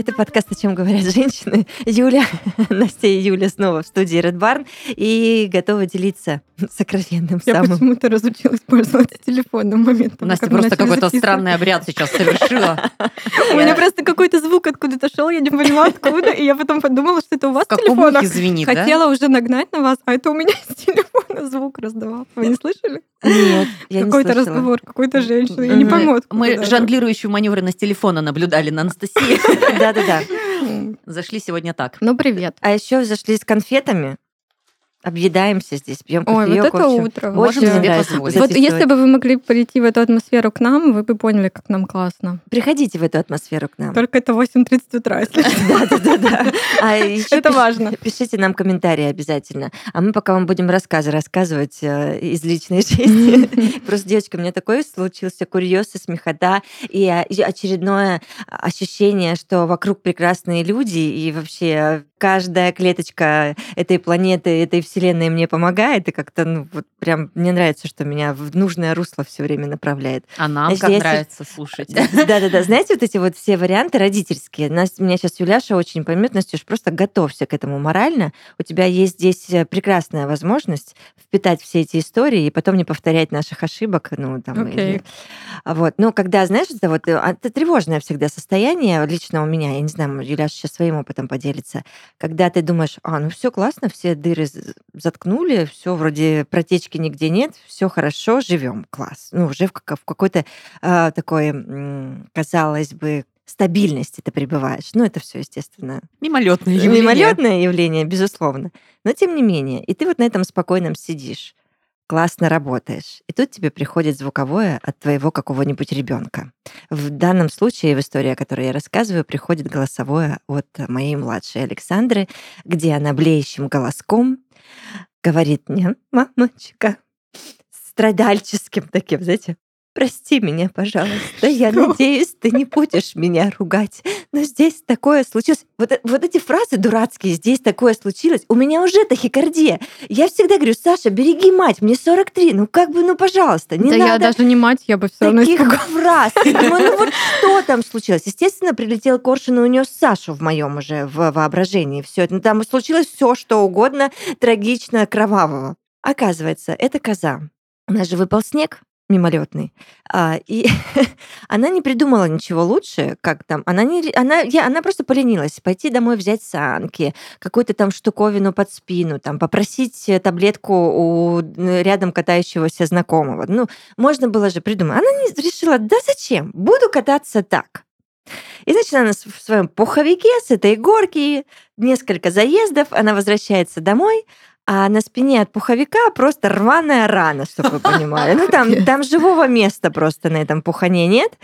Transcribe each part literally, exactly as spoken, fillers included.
Это подкаст «О чем говорят женщины». Юля, Настя и Юля снова в студии Red Barn и готовы делиться сокровенным Я самым. почему-то разучилась пользоваться телефоном в момент того, Настя как мы просто начали какой-то записывать. странный обряд сейчас совершила. У меня просто какой-то звук откуда-то шел, я не поняла откуда, и я потом подумала, что это у вас В в каком телефонах. ухе звенит, да? Хотела уже нагнать на вас, а это у меня из телефона звук раздавался. Вы не слышали? Нет, я не Какой-то слышала. разговор, какой-то женщины. Я не Мгм. пойму, откуда Мы даже. жонглирующую маневренность телефона наблюдали на Анастасии. Да-да-да. М. Зашли сегодня так. Ну, привет. А еще зашли с конфетами. Объедаемся здесь, пьем Ой, вот кофеек. это в общем, утро. Очень Можем мне себе нравится позволить. эта Вот если история. бы вы могли прийти в эту атмосферу к нам, вы бы поняли, как нам классно. Приходите в эту атмосферу к нам. Только это восемь тридцать утра, если что. Да-да-да. А еще Это важно. Пишите нам комментарии обязательно. А мы пока вам будем рассказы рассказывать э, из личной жизни. Просто, девочка, у меня такой случился курьез и смехота, и а, и очередное ощущение, что вокруг прекрасные люди, и вообще каждая клеточка этой планеты, этой вселенной мне помогает, и как-то, ну, вот прям мне нравится, что меня в нужное русло все время направляет. А нам Значит, как я нравится слушать. Да-да-да. Знаете, вот эти вот все варианты родительские. Нас, меня сейчас Юляша очень поймет. Настюш, просто готовься к этому морально. У тебя есть здесь прекрасная возможность впитать все эти истории и потом не повторять наших ошибок. Ну, там, Окей. или- а вот. Ну, когда, знаешь, это вот э, а, это тревожное всегда состояние лично у меня. Я не знаю, может, Юляша сейчас своим опытом поделится. Когда ты думаешь, а, ну все классно, все дыры з- заткнули, все вроде протечки нигде нет, все хорошо, живем, класс. Ну, уже в, как- в какой-то а, такой, м, казалось бы, стабильности ты пребываешь. Ну, это все, естественно, Мимолетное явление. мимолетное явление, безусловно. Но тем не менее, и ты вот на этом спокойном сидишь, классно работаешь. И тут тебе приходит звуковое от твоего какого-нибудь ребенка. В данном случае, в истории, о которой я рассказываю, приходит голосовое от моей младшей Александры, где она блеющим голоском говорит мне: «Мамочка», страдальческим таким, знаете, «прости меня, пожалуйста, я Что? надеюсь, ты не будешь меня ругать, но здесь такое случилось». Вот, э- вот эти фразы дурацкие, «здесь такое случилось», у меня уже тахикардия. Я всегда говорю: «Саша, береги мать, мне сорок три, ну как бы, ну пожалуйста, не Да я надо даже не мать, я бы все равно таких испугалась. фраз». Я думаю, ну вот что там случилось? Естественно, прилетел коршун и унес Сашу в моем уже в воображении. Все это. Ну, там случилось все, что угодно, трагично, кровавого. Оказывается, это коза. У нас же выпал снег мимолетный, а, и она не придумала ничего лучше, как там. Она не, ре- она, я, она просто поленилась пойти домой взять санки, какую-то там штуковину под спину, там попросить э, таблетку у н- рядом катающегося знакомого. Ну, можно было же придумать. Она не решила, да зачем? Буду кататься так. И значит, она с- в своем пуховике с этой горки, несколько заездов, она возвращается домой, а на спине от пуховика просто рваная рана, чтобы вы понимали. Ну, там, Капец. там живого места просто на этом пухане нет,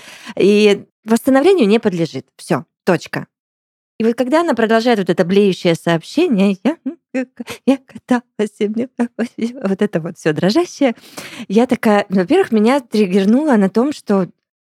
и восстановлению не подлежит. Все, точка. И вот когда она продолжает вот это блеющее сообщение, я, я каталась, и мне вот это вот все дрожащее, я такая, во-первых, меня триггернуло на том, что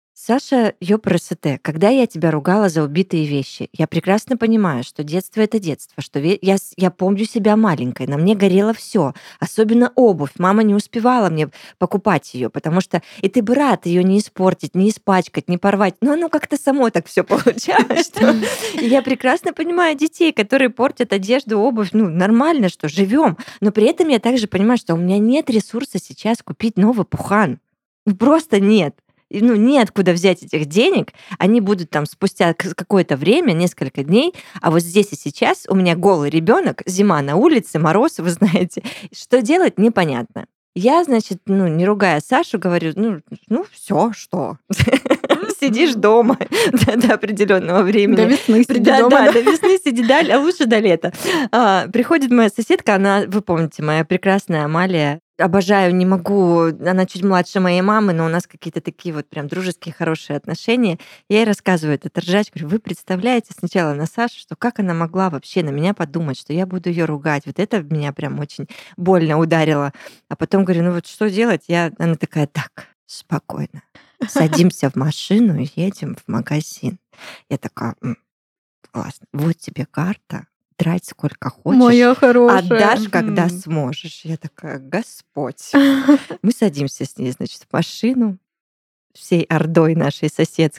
Саша, ёпрст, когда я тебя ругала за убитые вещи, я прекрасно понимаю, что детство — это детство, что ве- я, с- я помню себя маленькой, на мне горело все, особенно обувь. Мама не успевала мне покупать ее, потому что и ты бы рад ее не испортить, не испачкать, не порвать, но оно как-то само так все получалось, что и я прекрасно понимаю детей, которые портят одежду, обувь, ну нормально, что живем, но при этом я также понимаю, что у меня нет ресурса сейчас купить новый пухан, ну просто нет. И, ну, неоткуда взять этих денег, они будут там спустя к- какое-то время, несколько дней, а вот здесь и сейчас у меня голый ребенок, зима на улице, мороз, вы знаете, что делать непонятно. Я, значит, ну, не ругая Сашу, говорю, ну, ну все, что? Сидишь дома до до определенного До времени. весны сиди Да, дома, да, да? до весны сиди, да, а лучше до лета. А, Приходит моя соседка, она, вы помните, моя прекрасная Амалия. Обожаю, не могу. Она чуть младше моей мамы, но у нас какие-то такие вот прям дружеские, хорошие отношения. Я ей рассказываю это ржать. Говорю, вы представляете сначала на Сашу, что как она могла вообще на меня подумать, что я буду ее ругать. Вот это меня прям очень больно ударило. А потом говорю, ну вот что делать? Я... Она такая, так, спокойно. Садимся в машину и едем в магазин. Я такая, «М, классно. Вот тебе карта. Трать сколько хочешь. Моя хорошая. Отдашь, когда Мгм. сможешь. Я такая, Господь. Мы садимся с ней, значит, в машину всей ордой нашей соседской.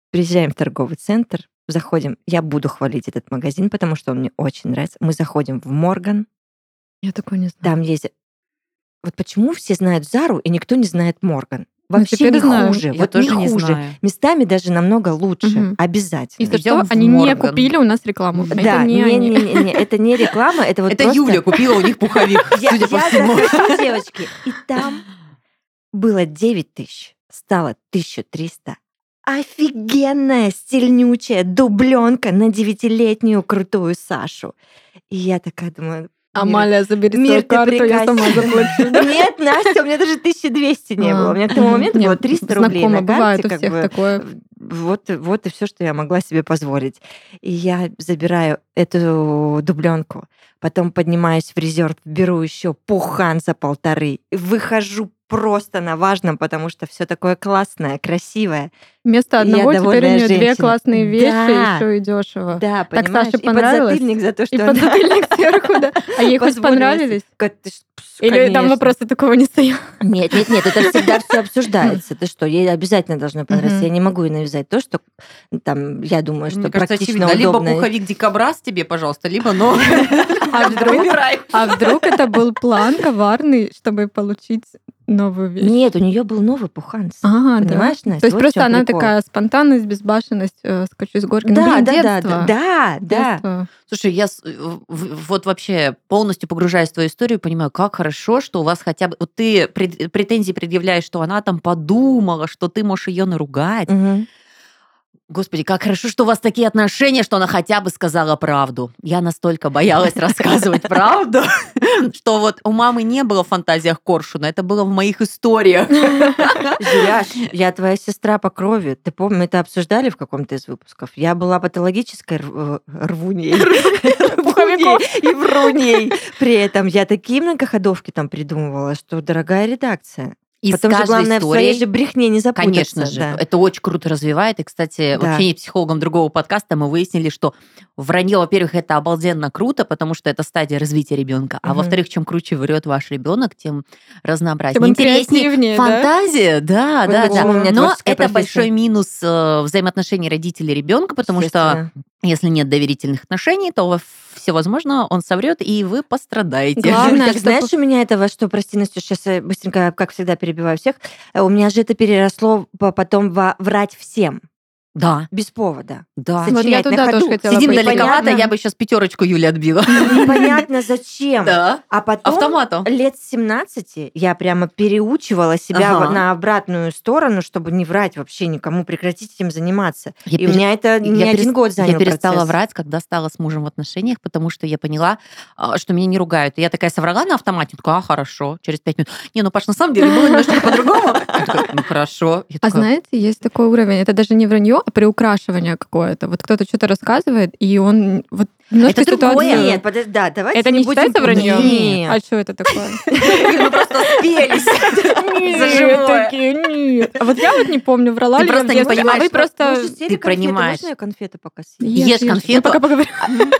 приезжаем в торговый центр, заходим. Я буду хвалить этот магазин, потому что он мне очень нравится. Мы заходим в Морган. Я такой не знаю. Там есть... Вот почему все знают Зару, и никто не знает Морган? Ну, Вообще теперь не знаю. хуже. Я вот тоже не не хуже. знаю. Местами даже намного лучше. Мгм. Обязательно. Если Идём что, в они не Морган. купили у нас рекламу. Да, Это не не, они. не, не, не, это не реклама, это вот Это просто... Юля купила у них пуховик, Я, судя по я всему. захожу, девочки, и там было девять тысяч, стало тысяча триста. Офигенная, стильнючая дубленка на девятилетнюю крутую Сашу. И я такая думаю... мир- Амалия, забери Мир, свою ты карту, я сама прекрасен. заплачу. Нет, Настя, у меня даже тысяча двести не было. У меня к тому А, моменту нет, было триста рублей знакомо, на бывает карте. у как всех бы, такое. Вот, вот и все, что я могла себе позволить. И я забираю эту дубленку, потом поднимаюсь в резерв, беру еще пухан за полторы, и выхожу просто на важном, потому что все такое классное, красивое. Вместо Я одного теперь у довольная нее две женщина. классные вещи, Да. еще и дешево. Да, Так понимаешь? Саше И понравилось? подзатыльник за то, что И она подзатыльник сверху, да. А ей хоть позволила понравились? себе- Как ты ж- пс, Или там конечно. вопроса такого не стояло? Нет, нет, нет, это всегда все обсуждается. Ты что, ей обязательно должно понравиться. Мгм. Я не могу ей навязать то, что там, я думаю, что Мне кажется, практично, очевидно. Либо удобно. пуховик дикобраз тебе, пожалуйста, либо но. А вдруг, Выбирай. а вдруг это был план коварный, чтобы получить новую вещь? Нет, у нее был новый пухан. А, да. Понимаешь, Настя? То есть Вот в просто чём она прикол. такая спонтанность, безбашенность, э, скачу с горки. Ну, Да, блин, да, да, детство. да, да, да. Детство. Слушай, я с- в- в- вот вообще полностью погружаясь в твою историю, понимаю, как хорошо, что у вас хотя бы... Вот ты пред- претензии предъявляешь, что она там подумала, что ты можешь ее наругать. Мгм. Господи, как хорошо, что у вас такие отношения, что она хотя бы сказала правду. Я настолько боялась рассказывать правду, что вот у мамы не было в фантазиях коршуна, это было в моих историях. Юляш, я твоя сестра по крови. Ты помнишь, мы это обсуждали в каком-то из выпусков. Я была патологической рв- рвуней. Рвуней и вруней. При этом я такие многоходовки там придумывала, что дорогая редакция. И Потом с же каждой главное в своей же историей, брехне не запутаться. конечно же, да. это очень круто развивает. И, кстати, в Да. общении с психологом другого подкаста мы выяснили, что вранье, во-первых, это обалденно круто, потому что это стадия развития ребенка. А Мгм. во-вторых, чем круче врет ваш ребенок, тем разнообразнее. Тем он Интереснее креативнее, да? фантазия, да, Вот да, почему да. у меня Но творческая это профессия. большой минус э, взаимоотношений родителей и ребенка, потому что Естественно. если нет доверительных отношений, то все возможно, он соврет, и вы пострадаете. Главное, Юль, так чтобы- знаешь, у меня это во что, прости, Настюш, сейчас я быстренько, как всегда, перебиваю всех. Э, У меня же это переросло по- потом во врать всем. Да, Без повода. да. Вот я Сочинять на туда ходу. тоже хотела Сидим пойти. далековато, Непонятно. я бы сейчас пятерочку Юли отбила. Непонятно зачем. Да, А потом автоматом. лет с семнадцати я прямо переучивала себя Ага. вот на обратную сторону, чтобы не врать вообще никому, прекратить этим заниматься. Я И у пере- меня это не я один перес- год занял Я перестала процесс. врать, когда стала с мужем в отношениях, потому что я поняла, а, что меня не ругают. И я такая соврала на автомате, такая, а, хорошо, через пять минут. Не, ну, Паш, на самом деле было немножко по-другому. Я такая, ну, хорошо. Я А такая, знаете, есть такой уровень, это даже не вранье, а приукрашивание какое-то. Вот кто-то что-то рассказывает, и он вот немножко Это другое. ситуацию- Нет, подожди, да, давайте Это не будем считается враньем? Нет. А что это такое? мы просто спелись за Нет, живое. такие, нет. А вот я вот не помню, врала Ты ли я просто в не детстве, а понимаешь, вы что- просто... Мы же съели ты конфеты, понимаешь. можно я конфеты пока Ешь, Ешь ешь. конфету. Мы пока поговорим.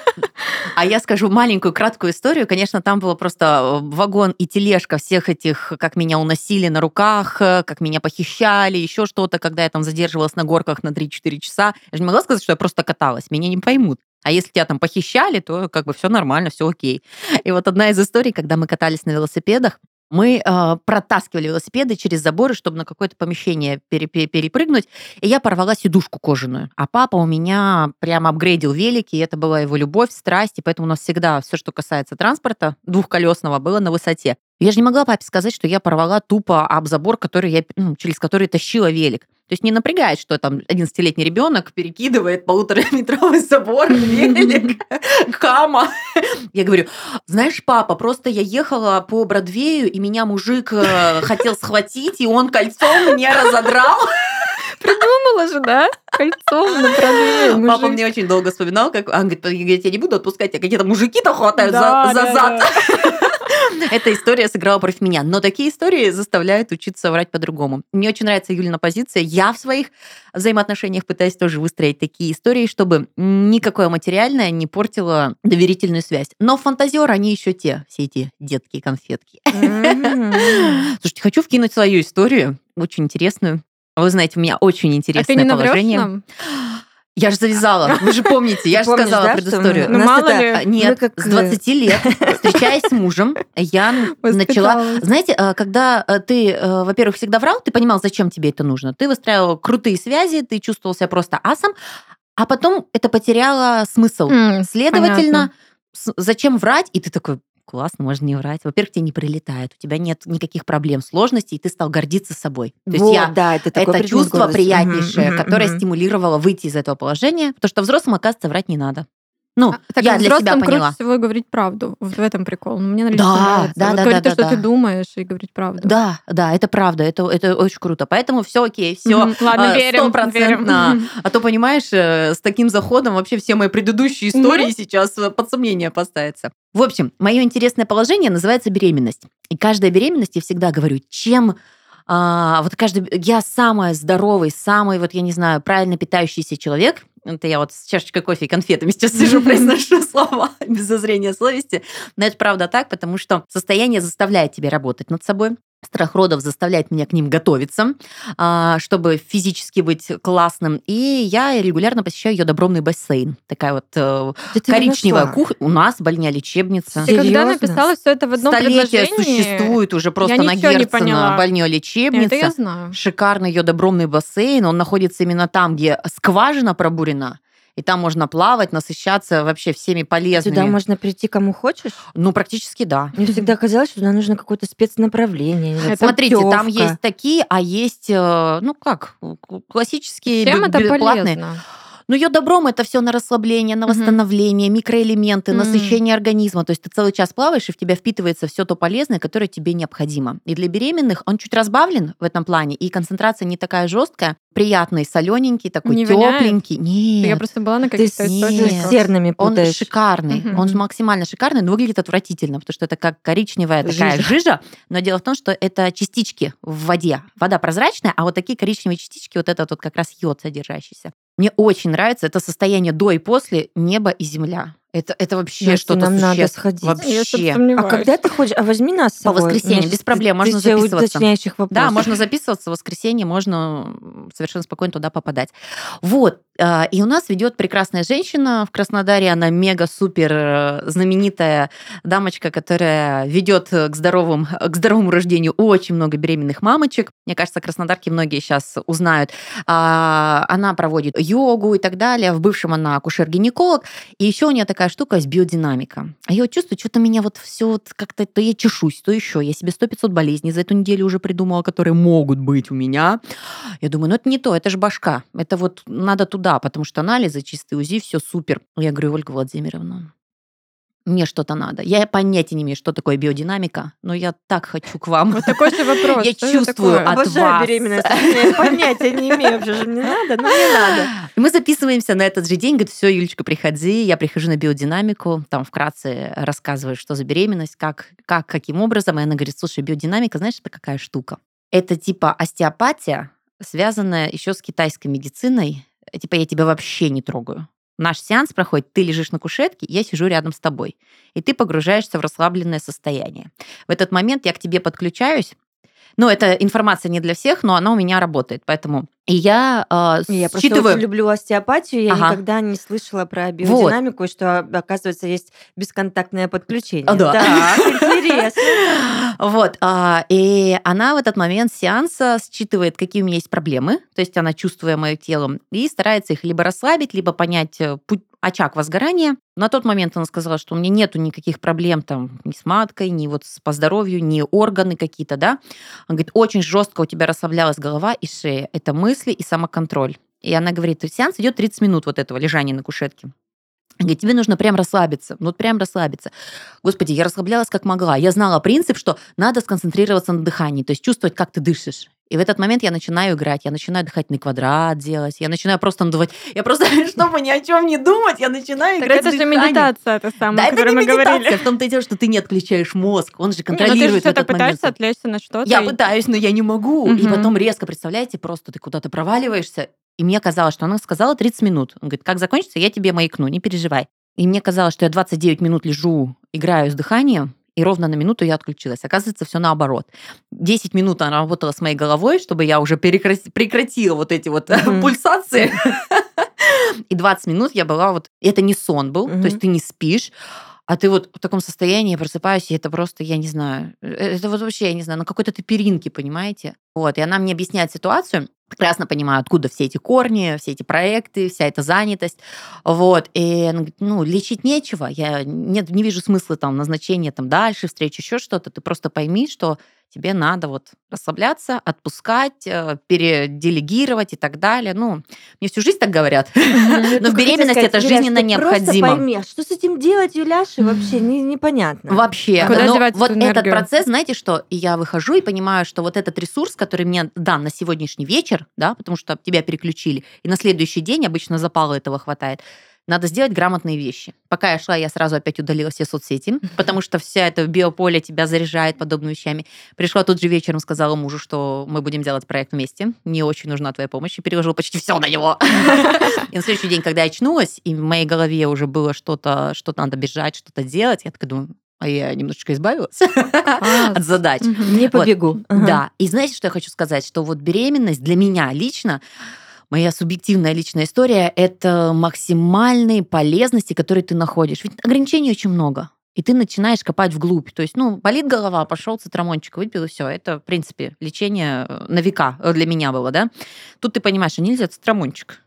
А я скажу маленькую краткую историю. Конечно, там было просто вагон и тележка всех этих, как меня уносили на руках, как меня похищали, еще что-то, когда я там задерживалась на горках на три-четыре часа. Я же не могла сказать, что я просто каталась. Меня не поймут. А если тебя там похищали, то как бы все нормально, все окей. И вот одна из историй, когда мы катались на велосипедах, мы э, протаскивали велосипеды через заборы, чтобы на какое-то помещение пере- пере- перепрыгнуть, и я порвала сидушку кожаную. А папа у меня прямо апгрейдил велики, и это была его любовь, страсть, и поэтому у нас всегда все, что касается транспорта двухколесного, было на высоте. Я же не могла папе сказать, что я порвала тупо об забор, который я, ну, через который тащила велик. То есть не напрягает, что там одиннадцатилетний ребенок перекидывает полутораметровый забор, велик, кама. Я говорю, знаешь, папа, просто я ехала по Бродвею, и меня мужик э, хотел схватить, и он кольцом мне разодрал. Придумала же, да? Кольцом на продвижение. Папа мне очень долго вспоминал, как он говорит, говорит, я не буду отпускать, а какие-то мужики-то хватают Да, за, за да, зад. да. Эта история сыграла против меня. Но такие истории заставляют учиться врать по-другому. Мне очень нравится Юлина позиция. Я в своих взаимоотношениях пытаюсь тоже выстроить такие истории, чтобы никакое материальное не портило доверительную связь. Но фантазеры, они еще те, все эти детские конфетки. Мгм. Слушайте, хочу вкинуть свою историю, очень интересную. Вы знаете, у меня очень А ты интересное не наврёшь положение. нам? Я же завязала, вы же помните, я Ты же помнишь, сказала да, что предысторию. у Ну, нас мало это- ли. А, Нет, мы как, с двадцати лет, встречаясь с мужем, я начала... Воспиталась. Знаете, а, когда а, ты, а, во-первых, всегда врал, ты понимал, зачем тебе это нужно. Ты выстраивал крутые связи, ты чувствовал себя просто асом, а потом это потеряло смысл. М, Следовательно, понятно. с- зачем врать? И ты такой, классно, можно не врать. Во-первых, тебе не прилетает, у тебя нет никаких проблем, сложностей, и ты стал гордиться собой. То есть Вот, я да, это такой это предмет чувство гордости. приятнейшее, Мгм, мгм, которое мгм. стимулировало выйти из этого положения, потому что взрослым, оказывается, врать не надо. Ну, А, так я а для себя взрослым поняла. круче всего говорить правду. Вот в этом прикол. Ну, мне лично Да, нравится. да, Вот да, говорить да, то, что да, ты да. думаешь, и говорить правду. Да, да, это правда, это, это очень круто. Поэтому все окей, все Мгм. Ладно, верим, стопроцентно. верим. А то, понимаешь, э, с таким заходом вообще все мои предыдущие истории сейчас э, под сомнение поставятся. В общем, мое интересное положение называется беременность. И каждая беременность, я всегда говорю, чем а, вот каждый, я самый здоровый, самый, вот я не знаю, правильно питающийся человек. Это я вот с чашечкой кофе и конфетами сейчас сижу, произношу слова без зазрения совести. Но это правда так, потому что состояние заставляет тебя работать над собой. Страх родов заставляет меня к ним готовиться, а, чтобы физически быть классным. И я регулярно посещаю ее добромный бассейн. Такая вот э, Где ты его коричневая нашла? кухня. У нас больня-лечебница. Ты когда Серьёзно? написала все это в одном Столетия предложении, существует уже просто я на ничего не Герцена поняла. это я больня-лечебница. знаю. Шикарный ее добромный бассейн. Он находится именно там, где скважина пробурена. И там можно плавать, насыщаться вообще всеми полезными. Сюда можно прийти кому хочешь? Ну, практически да. Мне всегда казалось, что туда нужно какое-то спецнаправление. не знаю, Смотрите, там путёвка. есть такие, а есть, э, ну как, к- классические, Чем б- это б- платные. полезно? Ну, йодобром это все на расслабление, на Мгм. восстановление, микроэлементы, М. насыщение организма. То есть ты целый час плаваешь, и в тебя впитывается все то полезное, которое тебе необходимо. И для беременных он чуть разбавлен в этом плане, и концентрация не такая жесткая, приятный, солененький, такой Не воняет? тепленький. Нет. Я просто была на Ты каких-то с источниках. серными Он путаешь. шикарный, Мгм. он максимально шикарный, но выглядит отвратительно, потому что это как коричневая такая Жижа. жижа. Но дело в том, что это частички в воде. Вода прозрачная, а вот такие коричневые частички, вот это вот как раз йод содержащийся. Мне очень нравится это состояние до и после небо и земля. Это, это вообще Настя, что-то нам надо существенное. сходить. Вообще. Я что-то А сомневаюсь. когда ты ходишь? А возьми нас с По собой. воскресеньям, У меня без щас проблем, можно тысяча записываться. уточняющих вопросов. Да, можно записываться в воскресенье, можно совершенно спокойно туда попадать. Вот. а, И у нас ведет прекрасная женщина в Краснодаре. Она мега-супер э, знаменитая дамочка, которая ведет к, здоровым, к здоровому рождению очень много беременных мамочек. Мне кажется, краснодарки многие сейчас узнают. А, Она проводит йогу и так далее. В бывшем она акушер-гинеколог. И еще у нее такая штука есть биодинамика. А я вот чувствую, что-то меня вот все вот как-то, то я чешусь, то еще. Я себе сто пятьсот болезней за эту неделю уже придумала, которые могут быть у меня. Я думаю, ну это не то, это же башка. Это вот надо туда, потому что анализы, чистый УЗИ, все супер. Я говорю, Ольга Владимировна, мне что-то надо. Я понятия не имею, что такое биодинамика, но я так хочу к вам. Вот такой же вопрос. Я Что это чувствую такое? от Обожаю вас. беременность. Я понятия не имею, вообще же мне надо, но мне надо. И мы записываемся на этот же день, говорит, все, Юлечка, приходи, я прихожу на биодинамику, там вкратце рассказываю, что за беременность, как, как каким образом, и она говорит, слушай, биодинамика, знаешь, это какая штука? Это типа остеопатия, связанная еще с китайской медициной, типа я тебя вообще не трогаю. Наш сеанс проходит, ты лежишь на кушетке, я сижу рядом с тобой, и ты погружаешься в расслабленное состояние. В этот момент я к тебе подключаюсь, ну, эта информация не для всех, но она у меня работает, поэтому и я э, Я просто считываю... очень люблю остеопатию, я Ага. никогда не слышала про биодинамику, и что, оказывается, есть бесконтактное подключение. А, да. Так, интересно. Вот, а, и она в этот момент сеанса считывает, какие у меня есть проблемы, то есть она, чувствуя мое тело, и старается их либо расслабить, либо понять э, путь, очаг возгорания. На тот момент она сказала, что у меня нету никаких проблем там ни с маткой, ни вот с- по здоровью, ни органы какие-то, да. Она говорит, очень жестко у тебя расслаблялась голова и шея. Это мысли и самоконтроль. И она говорит, сеанс идет тридцать минут вот этого лежания на кушетке. Она говорит, тебе нужно прям расслабиться, ну вот прям расслабиться. Господи, я расслаблялась как могла. Я знала принцип, что надо сконцентрироваться на дыхании, то есть чувствовать, как ты дышишь. И в этот момент я начинаю играть, я начинаю дыхательный квадрат делать, я начинаю просто надувать. Я просто, чтобы ни о чем не думать, я начинаю Так играть это с же дыханием. медитация, та самая, Да, о это которой не мы медитация. говорили. В том-то и дело, что ты не отключаешь мозг, он же Не, ну ты же контролирует в что-то этот момент. пытаешься отвлечься на что-то. Я и- пытаюсь, но я не могу. И Мгм. потом резко, представляете, просто ты куда-то проваливаешься. И мне казалось, что она сказала тридцать минут. Он говорит, как закончится, я тебе маякну, не переживай. И мне казалось, что я двадцать девять минут лежу, играю с дыханием, и ровно на минуту я отключилась. Оказывается, все наоборот. десять минут она работала с моей головой, чтобы я уже перекрас- прекратила вот эти вот mm-hmm. пульсации. И двадцать минут я была вот... Это не сон был, mm-hmm. то есть ты не спишь, а ты вот в таком состоянии, я просыпаюсь, и это просто, я не знаю, это вот вообще, я не знаю, на какой-то ты перинке, понимаете? Вот, и она мне объясняет ситуацию, прекрасно понимаю, откуда все эти корни, все эти проекты, вся эта занятость, вот, и она говорит, ну, лечить нечего, я не, не вижу смысла там назначения там дальше, встречи, еще что-то, ты просто пойми, что тебе надо вот расслабляться, отпускать, переделегировать и так далее. Ну, мне всю жизнь так говорят. Но в беременности это жизненно необходимо. Просто пойми, что с этим делать, Юляша, вообще непонятно. Вообще. Но вот этот процесс, знаете что, я выхожу и понимаю, что вот этот ресурс, который мне дан на сегодняшний вечер, да, потому что тебя переключили, и на следующий день обычно запала этого хватает, надо сделать грамотные вещи. Пока я шла, я сразу опять удалила все соцсети, потому что вся это биополе тебя заряжает подобными вещами. Пришла тут же вечером, сказала мужу, что мы будем делать проект вместе. Мне очень нужна твоя помощь. И переложила почти все на него. И на следующий день, когда я очнулась, и в моей голове уже было что-то, что-то надо бежать, что-то делать, я такая думаю, а я немножечко избавилась от задач. Не побегу. Да. И знаете, что я хочу сказать? Что вот беременность для меня лично, моя субъективная личная история – это максимальные полезности, которые ты находишь. Ведь ограничений очень много. И ты начинаешь копать вглубь. То есть, ну, болит голова, пошел цитрамончик, выпил, и все. Это, в принципе, лечение на века для меня было, да. Тут ты понимаешь, что нельзя цитрамончик.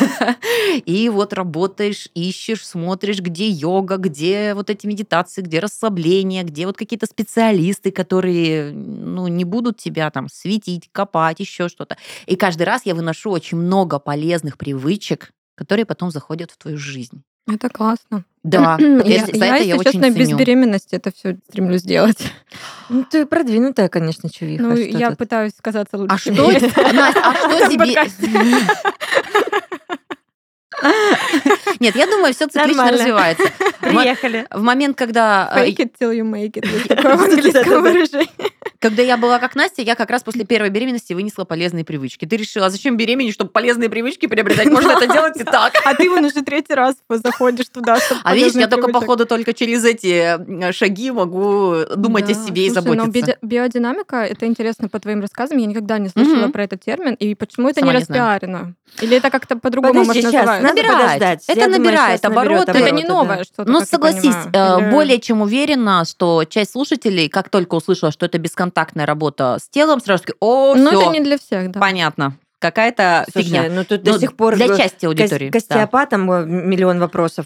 И вот работаешь, ищешь, смотришь, где йога, где вот эти медитации, где расслабление, где вот какие-то специалисты, которые, ну, не будут тебя там светить, копать, еще что-то. И каждый раз я выношу очень много полезных привычек, которые потом заходят в твою жизнь. Это классно. Да, я, я, за я, это если я очень честно, без ценю. беременности это все стремлюсь делать. Ну, ты продвинутая, конечно, чувиха. Ну, что я тут? пытаюсь казаться лучше. А что, Настя, а что тебе... Нет, я думаю, все циклично развивается. Приехали. В момент, когда... Fake it till you make it. Есть такое в английском выражении. Когда я была как Настя, я как раз после первой беременности вынесла полезные привычки. Ты решила, а зачем беременеть, чтобы полезные привычки приобретать? Можно это делать и так. А ты вон уже третий раз заходишь туда. А видишь, я только, походу, только через эти шаги могу думать о себе и заботиться. Биодинамика, это интересно по твоим рассказам. Я никогда не слышала про этот термин. И почему это не распиарено? Или это как-то по-другому можно называть? Набирает. Это набирает обороты. Это не новое что-то. Ну, согласись, более чем уверена, что часть слушателей, как только услышала, что это бесконтактная работа с телом, сразу таки, о, все. Ну, это не для всех, да. Понятно. Какая-то Слушай, фигня. ну тут ну, до сих пор для части аудитории. К остеопатам да. миллион вопросов,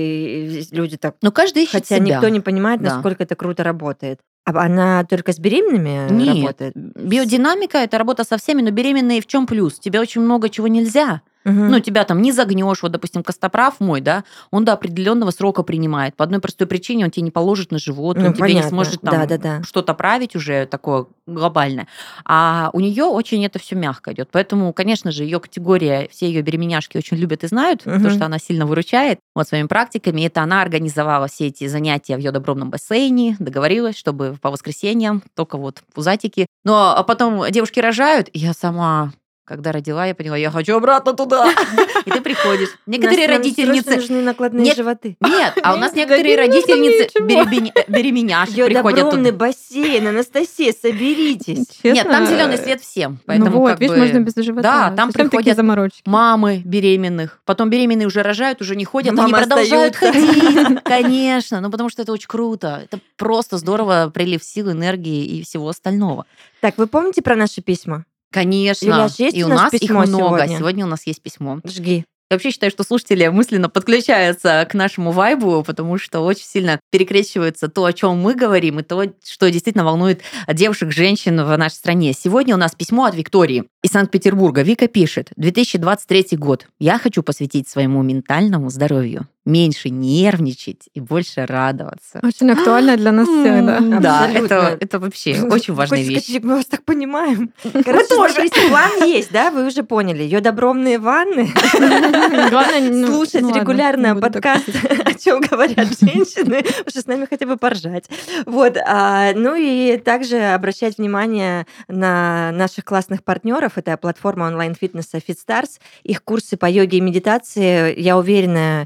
и люди так... Ну, каждый ищет Хотя себя. никто не понимает, да. насколько это круто работает. А она только с беременными Нет. работает? Биодинамика – это работа со всеми, но беременные в чем плюс? Тебе очень много чего нельзя. Угу. Ну, тебя там не загнешь. Вот, допустим, костоправ мой, да, он до определенного срока принимает. По одной простой причине он тебе не положит на живот, ну, он понятно. тебе не сможет там да, да, да. что-то править уже такое глобальное. А у нее очень это все мягко идет. Поэтому, конечно же, ее категория, все ее беременяшки очень любят и знают, угу. потому что она сильно выручает вот своими практиками. Это она организовала все эти занятия в йодобромном бассейне, договорилась, чтобы по воскресеньям только вот пузатики. Но а потом девушки рожают, и я сама... Когда родила, я поняла, я хочу обратно туда. И ты приходишь. Некоторые родительницы... нужны накладные Нет, животы. Нет, а у нас некоторые родительницы беременяшек приходят Йодобромный туда. бассейн, Анастасия, соберитесь. Нет, там зеленый свет всем. Поэтому ну вот, как видишь, бы... можно без живота. Да, там Совсем приходят заморочки. мамы беременных. Потом беременные уже рожают, уже не ходят, Мамы они продолжают остаются. ходить. Конечно, ну потому что это очень круто. Это просто здорово, прилив сил, энергии и всего остального. Так, вы помните про наши письма? Конечно. Юляш, есть и у у нас нас их письмо много. сегодня? Сегодня у нас есть письмо. Жги. Я вообще считаю, что слушатели мысленно подключаются к нашему вайбу, потому что очень сильно перекрещивается то, о чем мы говорим, и то, что действительно волнует девушек, женщин в нашей стране. Сегодня у нас письмо от Виктории из Санкт-Петербурга. Вика пишет: две тысячи двадцать третий год. Я хочу посвятить своему ментальному здоровью. Меньше нервничать и больше радоваться. Очень актуально для нас всех, да? Да, это, это вообще очень важная Хочешь вещь. сказать, мы вас так понимаем. Короче, смотрите, план есть, да? Вы уже поняли. Йодобромные ванны. Главное, ну, слушать ну, ладно, регулярно не буду подкаст, о чем говорят женщины, потому что с нами хотя бы поржать. Вот. А, ну и также обращать внимание на наших классных партнеров. Это платформа онлайн-фитнеса FitStars, их курсы по йоге и медитации. Я уверена, Виктория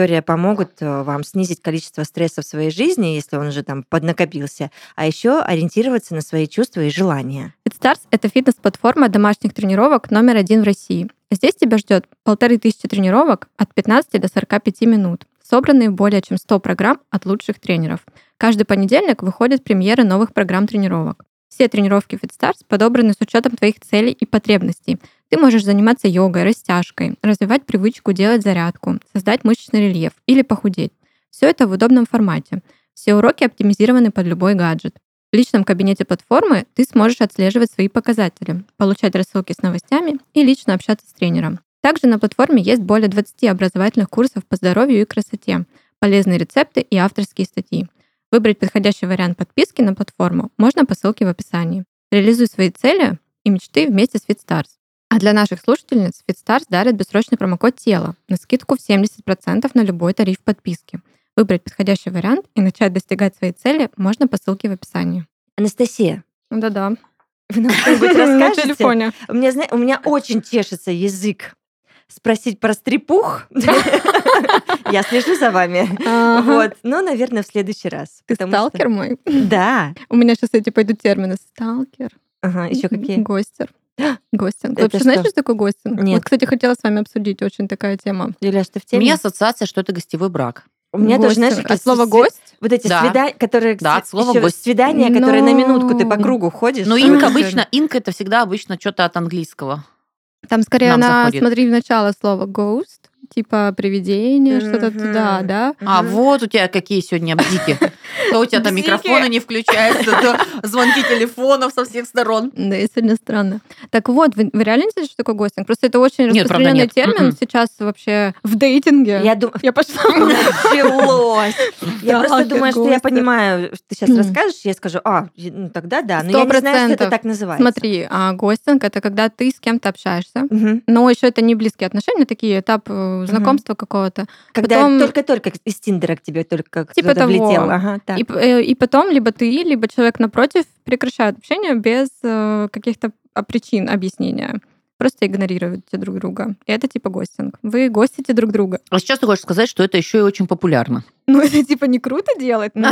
история помогут вам снизить количество стресса в своей жизни, если он уже там поднакопился, а еще ориентироваться на свои чувства и желания. FitStars — это фитнес-платформа домашних тренировок номер один в России. Здесь тебя ждет полторы тысячи тренировок от пятнадцати до сорока пяти минут, собранные более чем сто программ от лучших тренеров. Каждый понедельник выходят премьеры новых программ тренировок. Все тренировки FitStars подобраны с учетом твоих целей и потребностей. Ты можешь заниматься йогой, растяжкой, развивать привычку делать зарядку, создать мышечный рельеф или похудеть. Все это в удобном формате. Все уроки оптимизированы под любой гаджет. В личном кабинете платформы ты сможешь отслеживать свои показатели, получать рассылки с новостями и лично общаться с тренером. Также на платформе есть более двадцати образовательных курсов по здоровью и красоте, полезные рецепты и авторские статьи. Выбрать подходящий вариант подписки на платформу можно по ссылке в описании. Реализуй свои цели и мечты вместе с FitStars. А для наших слушательниц FitStars дарит бессрочный промокод «Тело» на скидку в семьдесят процентов на любой тариф подписки. Выбрать подходящий вариант и начать достигать своей цели можно по ссылке в описании. Анастасия. Да-да. Вы нам что-нибудь расскажете? На телефоне. У меня, у меня очень чешется язык спросить про стрипух. Я слежу за вами. Вот. Но, наверное, в следующий раз. Ты сталкер мой? Да. У меня сейчас эти пойдут термины. Сталкер. Ага, еще какие? Гостер. Гостинг. Ты вообще знаешь, что такое гостинг? Нет. Вот, кстати, хотела с вами обсудить. Очень такая тема. Юля, что в У теме? меня ассоциация, что это гостевой брак. У меня тоже, знаешь, а слово «гость»? Вот эти Да. свидания, которые... Да, от слова «гость». Свидания, которые Но- на минутку ты по кругу ходишь. Но Вот инка это обычно, инка это всегда обычно что-то от английского. Там скорее Нам она, заходит. смотри, в начало слова «ghost», типа привидение, что-то Мгм. туда, да? А Мгм. вот у тебя какие сегодня бзики. То у тебя там Бзики. микрофоны не включаются, то звонки телефонов со всех сторон. Да, и сегодня странно. Так вот, вы, вы реально не знаете, что такое гостинг? Просто это очень Нет, правда, распространенный нет. термин Мгм. сейчас вообще в дейтинге. Я думаю... Я пошла. Началось. Я просто Сталкер, думаю, что я гостер. понимаю, что ты сейчас Мгм. расскажешь, я скажу, а, ну тогда да. Но Сто я не знаю, что это процентов. так называется. Смотри, а гостинг — это когда ты с кем-то общаешься, Мгм. но еще это не близкие отношения, такие этап э, знакомства какого-то. Когда Потом- только-только из Тиндера к тебе только Типа кто-то того. влетел. Ага, так. И, п- э, и потом либо ты, либо человек напротив прекращают общение без э, каких-то а, причин объяснения. Просто игнорируете друг друга. И это типа гостинг. Вы гостите друг друга. А сейчас ты хочешь сказать, что это еще и очень популярно. Ну, это типа не круто делать, но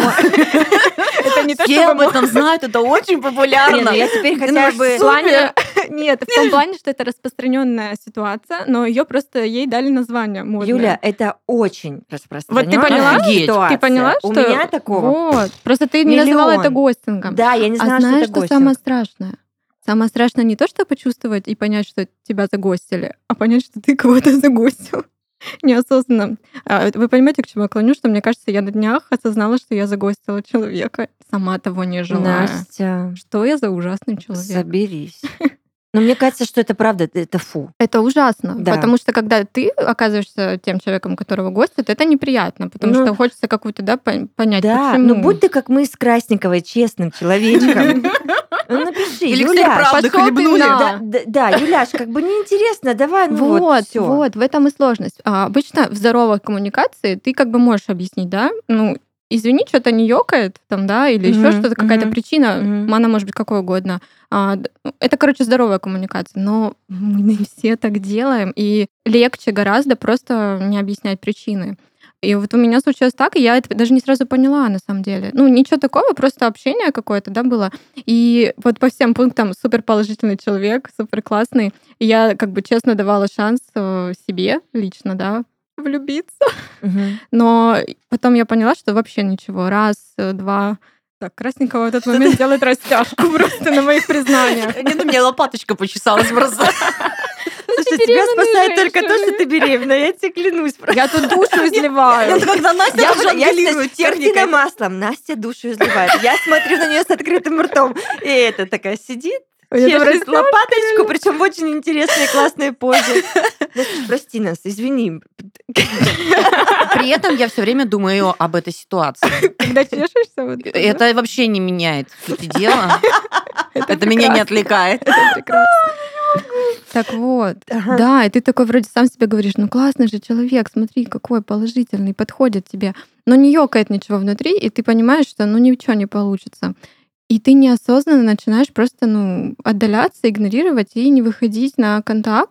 это не то, Все об чтобы... этом знают, это очень Не, популярно. ну я теперь Ну, хотя в бы... В плане... Нет, в том плане, что это распространенная ситуация, но ее просто ей дали название модное. Юля, это очень распространенная Вот ты поняла? Офигеть. ситуация. Ты поняла, что... У меня такого. Вот. Просто ты не называла это Миллион. гостингом. Да, я не знала, а что знаешь, это что гостинг. самое страшное? Самое страшное не то, что почувствовать и понять, что тебя загостили, а понять, что ты кого-то загостил неосознанно. А, Вы понимаете, к чему я клоню? Что мне кажется, я на днях осознала, что я загостила человека, сама того не желая. Настя, Что я за ужасный человек? соберись. Но мне кажется, что это правда, это фу. Это ужасно, Да. потому что когда ты оказываешься тем человеком, которого гостят, это неприятно, потому Ну, что хочется какую-то, да, пон- понять, Да, почему. ну будь ты как мы с Красниковой, честным человечком. Ну напиши, Или всех Юляш. правды пошёл ты хлебнули. на. Да, да, да, Юляш, как бы неинтересно, давай, ну вот, Вот, всё. вот, в этом и сложность. А обычно в здоровой коммуникации ты как бы можешь объяснить, да, ну, извини, что-то не ёкает, там, да, или еще Мгм, что-то, какая-то мгм, причина, мгм. она может быть какой угодно. А, д- это, короче, здоровая коммуникация, но мы не все так делаем, и легче гораздо просто не объяснять причины. И вот у меня случилось так, и я это даже не сразу поняла, на самом деле. Ну, ничего такого, просто общение какое-то, да, было. И вот по всем пунктам супер положительный человек, супер классный. И я как бы честно давала шанс э, себе лично, да, влюбиться. Мгм. Но потом я поняла, что вообще ничего. Раз, э, два. Так, Красненького в этот момент делает растяжку просто на моих признаниях. Нет, у меня лопаточка почесалась просто. Слушай, тебя беременные спасает только то, женщины. что ты беременна, я тебе клянусь. просто. Я тут душу изливаю. Это когда Настя Я уже уже я жонглирует картина техникой. маслом. Настя душу изливает. Я смотрю на нее с открытым ртом. И это такая сидит, Я там чешет лопаточку, причем в очень интересные, классные позы. Настюш, прости нас, извини. При этом я все время думаю об этой ситуации. Когда чешешься, вот Это вообще не меняет сути дела. это Это меня не прекрасно. отвлекает. Это прекрасно. Так вот, Ага. да, и ты такой вроде сам себе говоришь, ну классный же человек, смотри, какой положительный, подходит тебе, но не ёкает ничего внутри, и ты понимаешь, что ну ничего не получится. И ты неосознанно начинаешь просто ну, отдаляться, игнорировать и не выходить на контакт,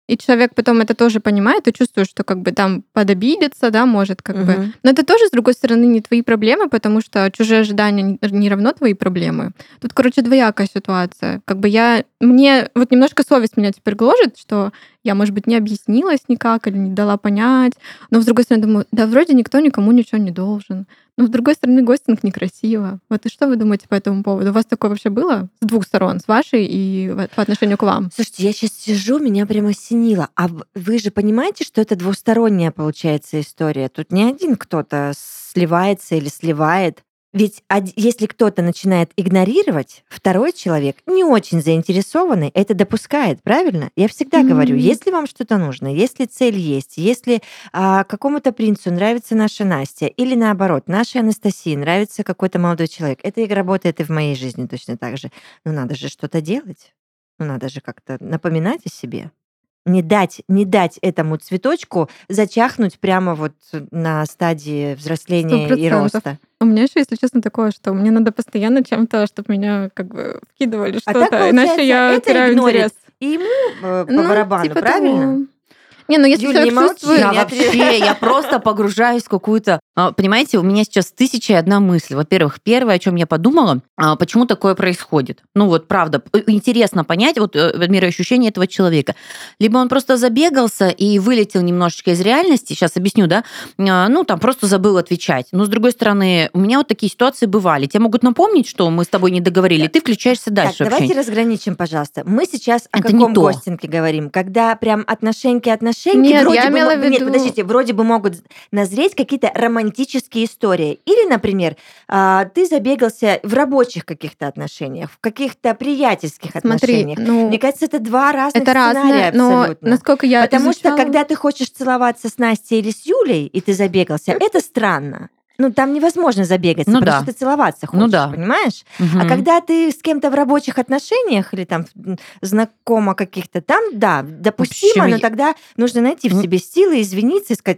и человек потом это тоже понимает, и чувствует, что как бы там подобидится, да, может как Мгм. бы. Но это тоже, с другой стороны, не твои проблемы, потому что чужие ожидания не не равно твои проблемы. Тут, короче, двоякая ситуация. Как бы я... Мне вот немножко совесть меня теперь гложет, что я, может быть, не объяснилась никак или не дала понять. Но, с другой стороны, думаю, да вроде никто никому ничего не должен. Но, с другой стороны, гостинг некрасиво. Вот и что вы думаете по этому поводу? У вас такое вообще было с двух сторон, с вашей и в- по отношению к вам? Слушайте, я сейчас сижу, меня прямо осенило. А в- вы же понимаете, что это двусторонняя получается история? Тут не один кто-то сливается или сливает. Ведь од- если кто-то начинает игнорировать, второй человек, не очень заинтересованный, это допускает, правильно? Я всегда говорю, М. если вам что-то нужно, если цель есть, если а, какому-то принцу нравится наша Настя, или наоборот, нашей Анастасии нравится какой-то молодой человек, это и работает и в моей жизни точно так же. Ну надо же что-то делать. Ну, надо же как-то напоминать о себе. Не дать, не дать этому цветочку зачахнуть прямо вот на стадии Сто взросления и процентов. роста. У меня еще, если честно, такое, что мне надо постоянно чем-то, чтобы меня как бы вкидывали А так, что-то, иначе получается, я это теряю игнорит. интерес. И ему э, по Ну, барабану, типа правильно? того. Не, ну если Юль, человек не молчи. чувствует... Я не ответ- вообще, я просто погружаюсь в какую-то... а, Понимаете, у меня сейчас тысяча и одна мысль. Во-первых, первое, о чем я подумала, а, почему такое происходит. Ну вот, правда, п- интересно понять вот э, мироощущение этого человека. Либо он просто забегался и вылетел немножечко из реальности, сейчас объясню, да, а, ну там просто забыл отвечать. Но с другой стороны, у меня вот такие ситуации бывали. Тебе могут напомнить, что мы с тобой не договорили, и ты включаешься Так, дальше давайте вообще. разграничим, пожалуйста. Мы сейчас о Это не каком то. гостинге говорим? Когда прям отношеньки-отношеньки, Нет, вроде я бы, имела мо- в нет, виду- подождите, вроде бы могут назреть какие-то романтические истории. Или, например, а, ты забегался в рабочих каких-то отношениях, в каких-то приятельских Смотри, отношениях. ну, Мне кажется, это два разных это сценария разное, но абсолютно. насколько я Потому что, изучала- когда ты хочешь целоваться с Настей или с Юлей, и ты забегался, это странно. Ну, там невозможно забегаться, Ну потому да. что ты целоваться Ну хочешь, да. понимаешь? А Мгм. когда ты с кем-то в рабочих отношениях или там м, знакома каких-то, там, да, допустимо, общем, но я- тогда нужно найти в М. себе силы, извиниться и сказать: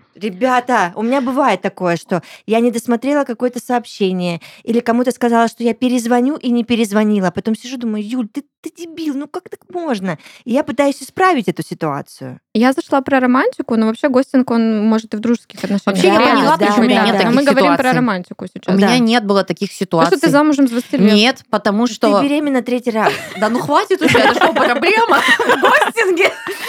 ребята, у меня бывает такое, что я не досмотрела какое-то сообщение или кому-то сказала, что я перезвоню и не перезвонила. Потом сижу, думаю: Юль, ты, ты дебил, ну как так можно? И я пытаюсь исправить эту ситуацию. Я зашла про романтику, но вообще гостинг, он может и в дружеских отношениях. Вообще, я Да, поняла, да, почему у меня да, нет да. Но таких мы говорим про ситуаций. романтику У сейчас. меня Да. нет было таких То, ситуаций. что ты замужем с двадцати лет. Нет, потому что... Ты беременна третий раз. Да ну хватит уже, это что, проблема в гостинге?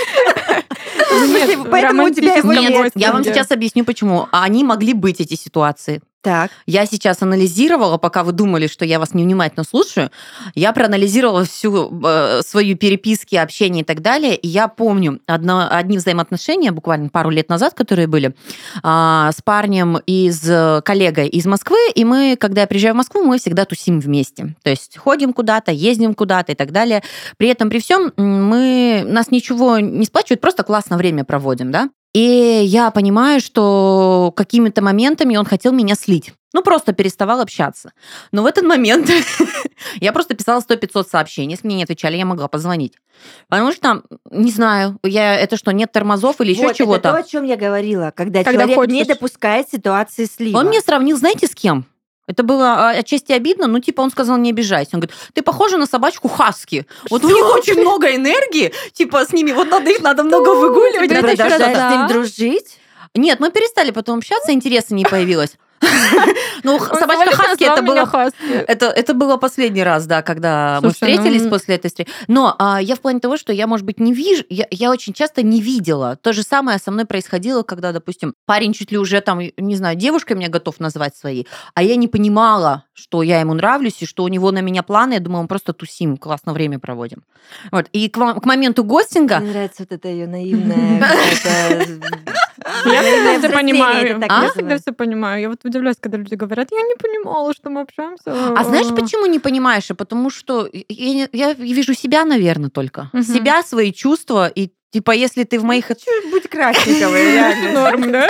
В смысле, Нет, поэтому у тебя его романтическом нет. Я вам гостинге. сейчас объясню, почему. Они могли быть, эти ситуации. Так. Я сейчас анализировала, пока вы думали, что я вас невнимательно слушаю, я проанализировала всю э, свою переписки, общение и так далее, и я помню одно, одни взаимоотношения, буквально пару лет назад, которые были, а, с парнем, из коллегой из Москвы, и мы, когда я приезжаю в Москву, мы всегда тусим вместе. То есть ходим куда-то, ездим куда-то и так далее. При этом, при всем, мы, нас ничего не сплачивает, просто классно время проводим, да? И я понимаю, что какими-то моментами он хотел меня слить. Ну, просто переставал общаться. Но в этот момент я просто писала сто-пятьсот сообщений. Если мне не отвечали, я могла позвонить. Потому что, не знаю, я, это что, нет тормозов или еще Вот, чего-то? это то, о чем я говорила, когда, Когда человек не хочешь. допускает ситуации слива. Он мне сравнил, знаете, с кем? Это было а, отчасти обидно, ну, типа, он сказал, не обижайся. Он говорит, ты похожа на собачку хаски. Вот у них очень много энергии, типа, с ними вот надо их надо много выгуливать. Ты надо еще продолжаешь что-то. с ним дружить? Нет, мы перестали потом общаться, интереса не появилось. Ну, Он собачка самолет Хаски, назвал это меня было... Хаски. Это, это было последний раз, да, когда мы Слушай, встретились ну- после этой встречи. Но а, я в плане того, что я, может быть, не вижу, я, я очень часто не видела. То же самое со мной происходило, когда, допустим, парень чуть ли уже там, не знаю, девушкой меня готов назвать своей, а я не понимала, что я ему нравлюсь, и что у него на меня планы. Я думала, мы просто тусим, классно время проводим. Вот. И к, ва- к моменту гостинга... Мне нравится вот это ее наивная какая-то- Я наивное всегда все взросление, понимаю. это так Я называют. всегда все понимаю. Я вот удивляюсь, когда люди говорят, я не понимала, что мы общаемся. А знаешь, почему не понимаешь? А потому что я, не- я вижу себя, наверное, только. Мгм. Себя, свои чувства. И типа, если ты в моих... Чуть будь красивой, реально. Норм, да?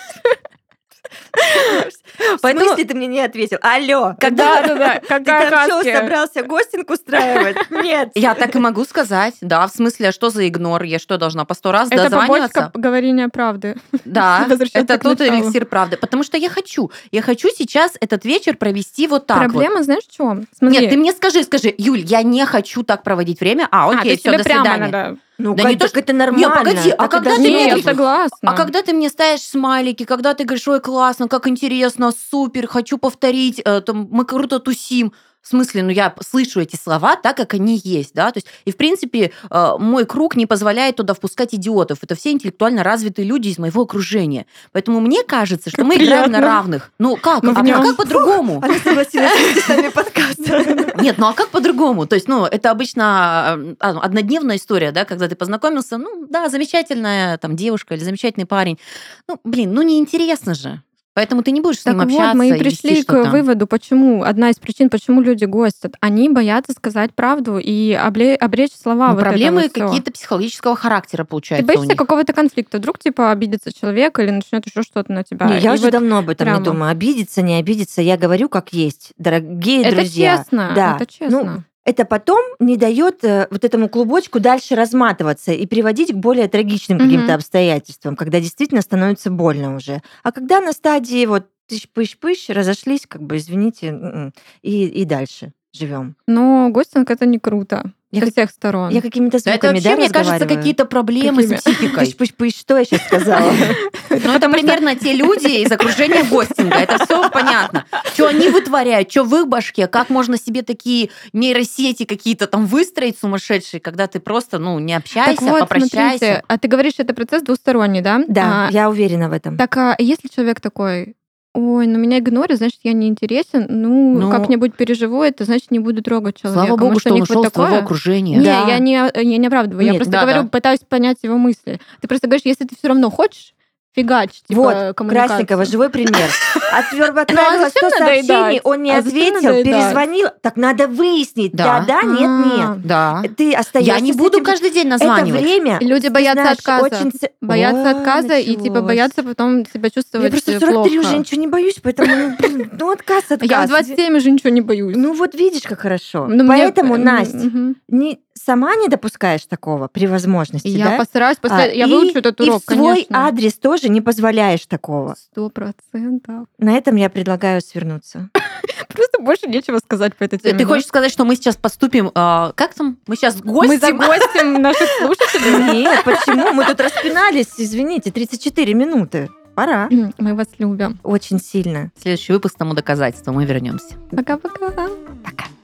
В Поэтому- смысле ты мне не ответил? Алло, Да, да, да. ты Какая там что, Хаски? собрался гостинг устраивать? Нет. Я так и могу сказать. Да, в смысле, а что за игнор? Я что, должна по сто раз Это дозваниваться? побочка говорения правды. Да, Возвращаться это к тот началу. эликсир правды. Потому что я хочу. Я хочу сейчас этот вечер провести вот так вот. Проблема, знаешь, в чем? Смотри. Нет, ты мне скажи, скажи, Юль, я не хочу так проводить время. А, А, то окей, есть все, тебе до прямо свидания. надо. Ну, Да как- не то, так что- это нормально. погоди, а Так и когда должно ты Нет, мне- быть. согласна. А когда ты мне ставишь смайлики, когда ты говоришь, ой, классно, как интересно, супер, хочу повторить, э, там, мы круто тусим. В смысле, ну я слышу эти слова так, как они есть, да, то есть, и в принципе э, мой круг не позволяет туда впускать идиотов. Это все интеллектуально развитые люди из моего окружения. Поэтому мне кажется, что Как мы играем на приятно. равных. Ну как? Мы А, в а нём. как по-другому? Она согласилась вести с нами подкаст. Нет, ну а как по-другому? То есть, ну, это обычно э, а, однодневная история, да, когда ты познакомился, ну, да, замечательная там девушка или замечательный парень. Ну, блин, ну неинтересно же. Поэтому ты не будешь с Так ним вот, общаться мы и и пришли вести к что-то. выводу, почему, одна из причин, почему люди гостят. Они боятся сказать правду и обле- обречь слова. Ну, вот проблемы это вот всё. какие-то психологического характера, Ты получается, у боишься них. какого-то конфликта. Вдруг, типа, обидится человек или начнет еще что-то на тебя. Не, я И уже вот давно об этом прямо. не думаю. Обидеться, не обидеться. Я говорю, как есть. Дорогие Это друзья. честно, Да. это Ну, честно. это потом не дает э, вот этому клубочку дальше разматываться и приводить к более трагичным Мгм. каким-то обстоятельствам, когда действительно становится больно уже. А когда на стадии вот тыщ-пыщ-пыщ, разошлись, как бы, извините, м-м, и, и дальше живем. Но гостинг это не круто. Я Со как- всех сторон. Я какими-то Да это звуками, вообще, да, мне кажется, разговариваю? какие-то проблемы Какими? с психикой. Тыщ-пыщ-пыщ, что я сейчас сказала? Ну, это примерно те люди из окружения гостинга. Это все понятно. Что они вытворяют, что в их башке, как можно себе такие нейросети какие-то там выстроить сумасшедшие, когда ты просто, ну, не Так общайся, вот, попрощайся. смотрите, а ты говоришь, это процесс двусторонний, да? Да, А, я уверена в этом. Так, а если человек такой, ой, ну меня игнорят, значит, я не интересен, ну, Ну, как-нибудь переживу это, значит, не буду трогать человека. Слава богу, Может, что у он них ушел вот из твоего такое? окружения. Не, Да. я не, я не оправдываю, я Нет, просто да, говорю, да. пытаюсь понять его мысли. Ты просто говоришь, если ты все равно хочешь, фигач, типа, Вот, коммуникацию. Красникова, живой пример. Отвер- Ну, а Отправила зачем сто надоедать? сообщений, он не А зачем ответил, надоедать? перезвонил. Так надо выяснить, Да. да, да, нет, А, нет. Да. Ты остаешься Я не с буду этим- каждый день Это названивать. время. Люди ты боятся знаешь, отказа. очень ц- Боятся О, отказа и, типа, началось. боятся потом себя Я чувствовать просто в э, сорок три плохо. уже ничего не боюсь, поэтому, ну, блин, ну, отказ, отказ. Я в двадцать семь уже ничего не боюсь. Ну вот видишь, как хорошо. Ну, мне- Поэтому, м, Настя, мгм. не, сама не допускаешь такого при возможности, Я да? постараюсь, А, постоянно- я и- выучу этот урок, И в свой конечно. адрес тоже не позволяешь такого. Сто процентов. На этом я предлагаю свернуться. Просто больше нечего сказать по этой теме. Ты да? хочешь сказать, что мы сейчас поступим... а, как там? Мы сейчас гостим? Мы загостим наших слушателей. Нет, почему? Мы тут распинались, извините, тридцать четыре минуты. Пора. Мы вас любим. Очень сильно. Следующий выпуск тому доказательство. Мы вернемся. Пока-пока. Пока.